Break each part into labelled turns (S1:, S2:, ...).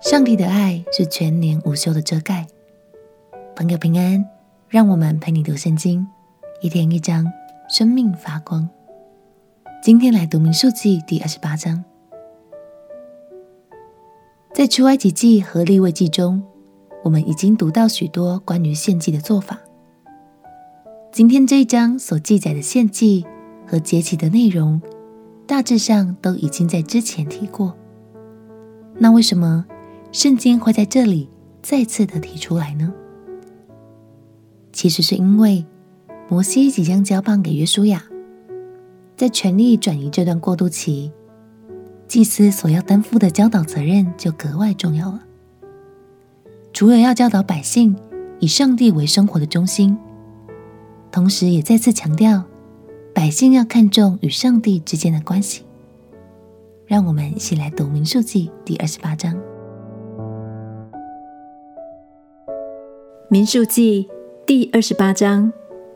S1: 上帝的爱是全年无休的遮盖。朋友平安，让我们陪你读圣经，一天一章，生命发光。今天来读民数记第28章。在出埃及记和利未记中，我们已经读到许多关于献祭的做法。今天这一章所记载的献祭和节期的内容，大致上都已经在之前提过。那为什么圣经会在这里再次的提出来呢？其实是因为摩西即将交棒给约书亚，在权力转移这段过渡期，祭司所要担负的教导责任就格外重要了。除了要教导百姓以上帝为生活的中心，同时也再次强调百姓要看重与上帝之间的关系。让我们一起来读民数记第28章。
S2: 民数记第28章。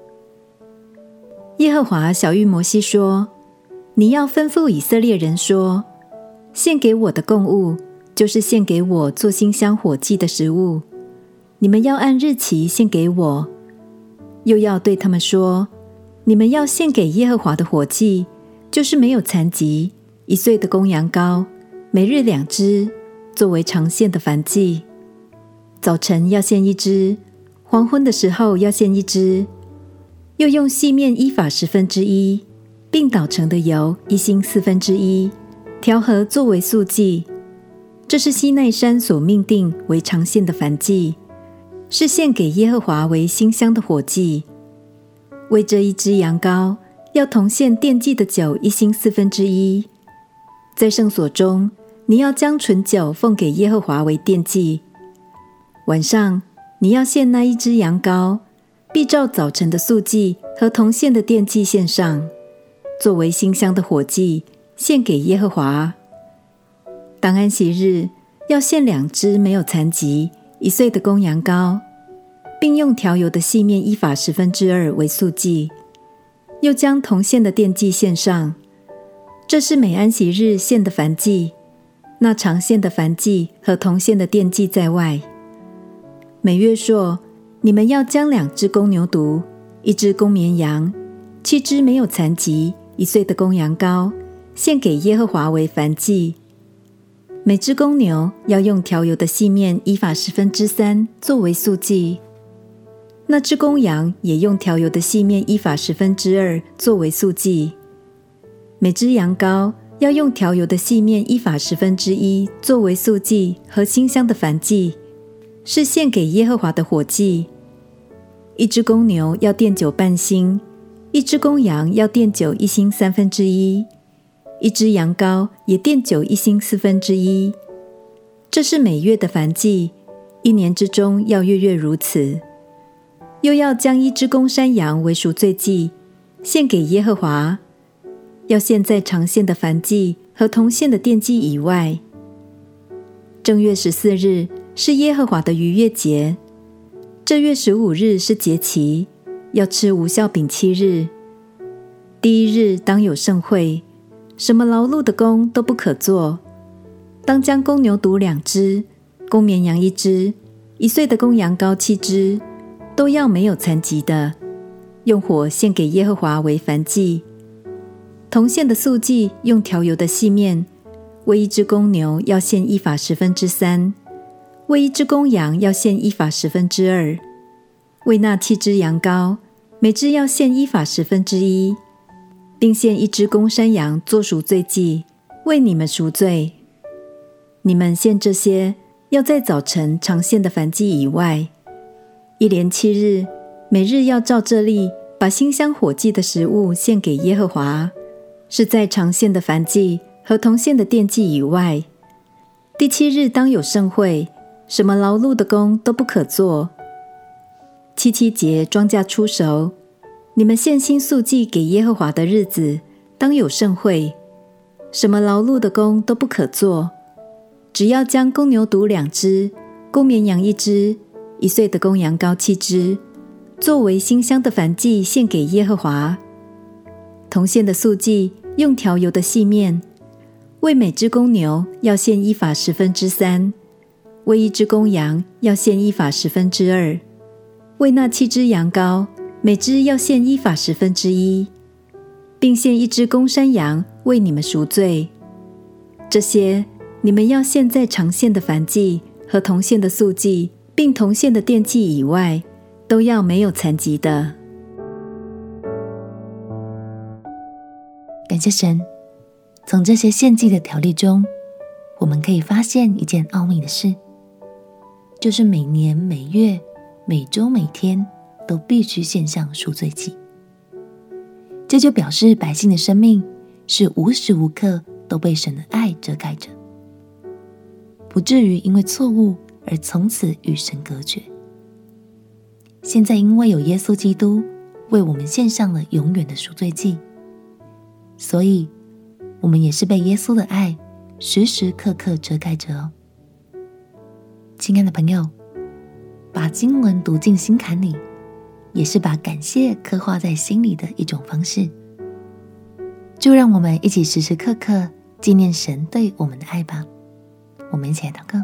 S2: 耶和华晓谕摩西说，你要吩咐以色列人说，献给我的供物，就是献给我做馨香火祭的食物，你们要按日期献给我。又要对他们说，你们要献给耶和华的火祭，就是没有残疾1岁的公羊羔，每日2只，作为常献的燔祭。早晨要献1只，黄昏的时候要献1只。又用细面伊法1/10，并捣成的油1星1/4，调和作为素祭。这是西奈山所命定为常献的燔祭，是献给耶和华为馨香的火祭。为这1只羊羔，要同献奠祭的酒1星1/4。在圣所中，你要将醇酒奉给耶和华为奠祭。晚上，你要献那1只羊羔，必照早晨的素祭和同献的奠祭献上，作为馨香的火祭，献给耶和华。当安息日，要献2只没有残疾1岁的公羊羔，并用调油的细面伊法2/10为素祭，又将同献的奠祭献上。这是每安息日献的燔祭，那常献的燔祭和同献的奠祭在外。每月朔，你们要将2只公牛犊、1只公绵羊、7只没有残疾1岁的公羊羔，献给耶和华为燔祭。每只公牛要用调油的细面伊法3/10作为素祭，那只公羊也用调油的细面伊法2/10作为素祭。每只羊羔要用调油的细面伊法1/10作为素祭和馨香的燔祭，是献给耶和华的火祭。1只公牛要奠酒半星，1只公羊要奠酒1星1/3，1只羊羔也奠酒1星1/4。这是每月的燔祭，1年之中要月月如此。又要将1只公山羊为赎罪祭，献给耶和华，要献在常献的燔祭和同献的奠祭以外。正月14日是耶和华的逾越节，这月15日是节期，要吃无酵饼7日。第1日当有盛会，什么劳碌的工都不可做。当将公牛犊2只，公绵羊1只，1岁的公羊羔7只，都要没有残疾的，用火献给耶和华为燔祭。同献的素祭用调油的细面，为1只公牛要献伊法3/10，为1只公羊要献伊法2/10，为那7只羊羔，每只要献伊法1/10，并献1只公山羊做赎罪祭，为你们赎罪。你们献这些，要在早晨常献的燔祭以外。1连7日，每日要照这例，把馨香火祭的食物献给耶和华，是在常献的燔祭和同献的奠祭以外。第7日当有盛会，什么劳碌的工都不可做。7节庄稼出熟，你们献新素祭给耶和华的日子，当有盛会，什么劳碌的工都不可做。只要将公牛犊2只，公绵羊1只，1岁的公羊羔7只，作为馨香的燔祭献给耶和华。同献的素祭用调油的细面，为每只公牛要献伊法3/10， 为1只公羊要献1法2/10，为那7只羊羔，每只要献1法1/10，并献1只公山羊为你们赎罪。这些你们要献在常献的燔祭和同献的素祭，并同献的奠祭以外，都要没有残疾的。
S1: 感谢神，从这些献祭的条例中，我们可以发现一件奥秘的事，就是每年、每月、每周、每天都必须献上赎罪祭。这就表示百姓的生命是无时无刻都被神的爱遮盖着，不至于因为错误而从此与神隔绝。现在因为有耶稣基督为我们献上了永远的赎罪祭，所以我们也是被耶稣的爱时时刻刻遮盖着哦。亲爱的朋友，把经文读进心坎里，也是把感谢刻画在心里的一种方式。就让我们一起时时刻刻纪念神对我们的爱吧。我们一起来祷告。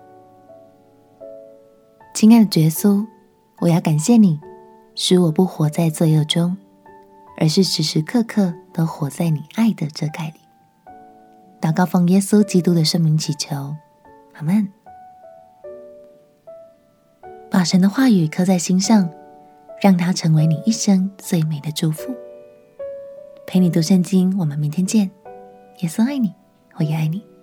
S1: 亲爱的主耶稣，我要感谢你，使我不活在罪恶中，而是时时刻刻都活在你爱的遮盖里。祷告奉耶稣基督的圣名祈求，阿们。把神的话语刻在心上，让它成为你一生最美的祝福。陪你读圣经，我们明天见。耶稣爱你，我也爱你。